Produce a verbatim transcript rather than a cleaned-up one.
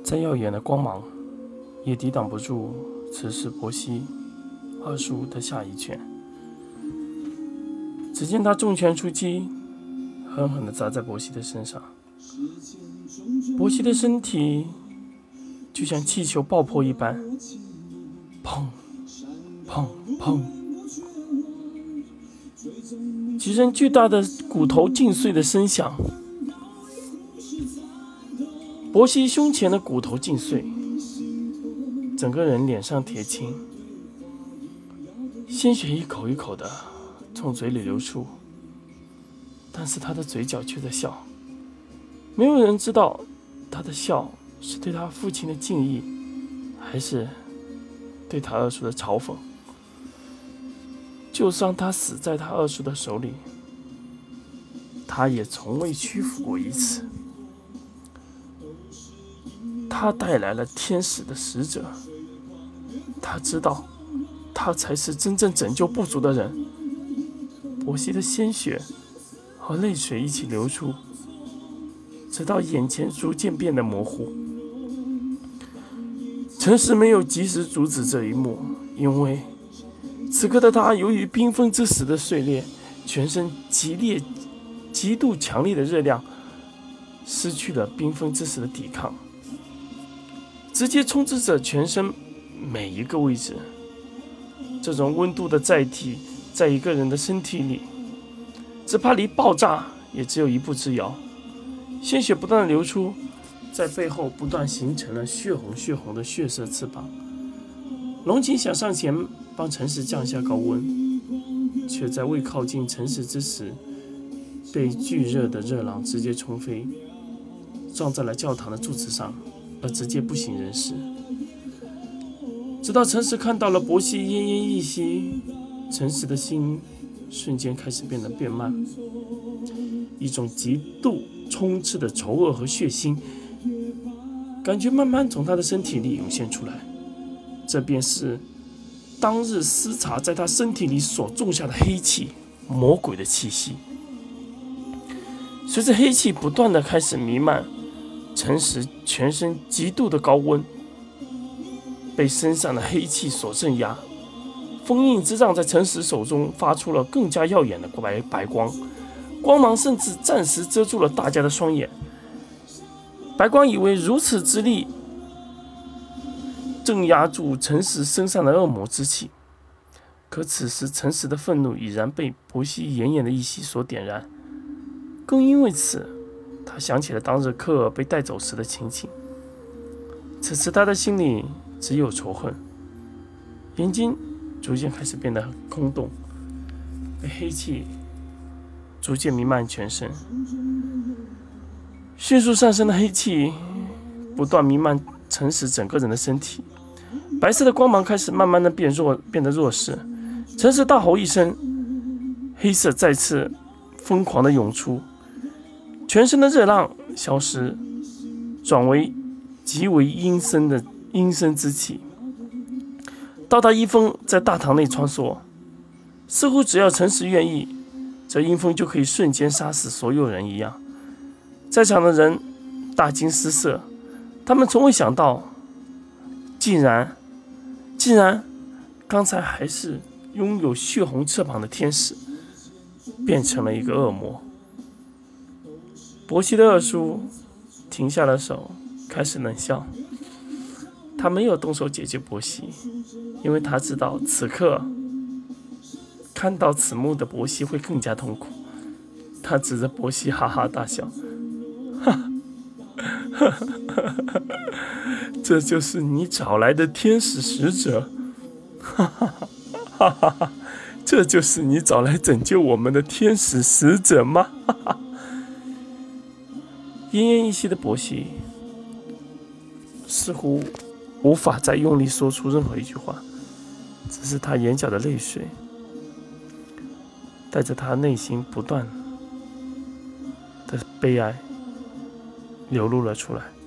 再耀眼的光芒也抵挡不住此时伯希二叔的下一拳。只见他重拳出击，狠狠地砸在伯希的身上。伯希的身体就像气球爆破一般，砰砰砰，几声巨大的骨头尽碎的声响。伯希胸前的骨头尽碎，整个人脸上铁青，鲜血一口一口的从嘴里流出，但是他的嘴角却在笑。没有人知道他的笑是对他父亲的敬意，还是对他二叔的嘲讽。就算他死在他二叔的手里，他也从未屈服过一次。他带来了天使的使者，他知道他才是真正拯救部族的人。伯希的鲜血和泪水一起流出，直到眼前逐渐变得模糊。陈实没有及时阻止这一幕，因为此刻的他由于冰封之时的碎裂，全身激烈极度强烈的热量失去了冰封之时的抵抗，直接充斥着全身每一个位置。这种温度的载体在一个人的身体里，只怕离爆炸也只有一步之遥。鲜血不断的流出，在背后不断形成了血红血红的血色翅膀。龙琴想上前帮陈实降下高温，却在未靠近陈实之时，被巨热的热浪直接冲飞，撞在了教堂的柱子上，而直接不省人事。直到陈实看到了伯希奄奄一息，陈实的心瞬间开始变得变慢，一种极度充斥的仇恶和血腥感觉慢慢从他的身体里涌现出来。这便是当日司察在他身体里所种下的黑气，魔鬼的气息。随着黑气不断的开始弥漫，陈实全身极度的高温被身上的黑气所镇压，封印之杖在陈实手中发出了更加耀眼的白白光，光芒甚至暂时遮住了大家的双眼。白光以为如此之力镇压住陈实身上的恶魔之气，可此时陈实的愤怒已然被伯希奄奄的一息所点燃。更因为此，他想起了当日科尔被带走时的情景。此时他的心里只有仇恨，眼睛逐渐开始变得空洞，被黑气逐渐弥漫全身。迅速上升的黑气不断弥漫陈实整个人的身体，白色的光芒开始慢慢的变弱，变得弱势。陈实大吼一声，黑色再次疯狂的涌出，全身的热浪消失，转为极为阴森的阴森之气。到达阴风在大堂内穿梭，似乎只要陈实愿意，这阴风就可以瞬间杀死所有人一样。在场的人大惊失色，他们从未想到，竟然竟然刚才还是拥有血红翅膀的天使，变成了一个恶魔。伯希的二叔停下了手，开始冷笑。他没有动手解决伯希，因为他知道此刻看到此幕的伯希会更加痛苦。他指着伯希哈哈大笑，哈哈哈，这就是你找来的天使使者，哈哈哈哈哈，这就是你找来拯救我们的天使使者吗？哈哈。奄奄一息的伯希似乎无法再用力说出任何一句话，只是他眼角的泪水带着他内心不断的悲哀流露了出来。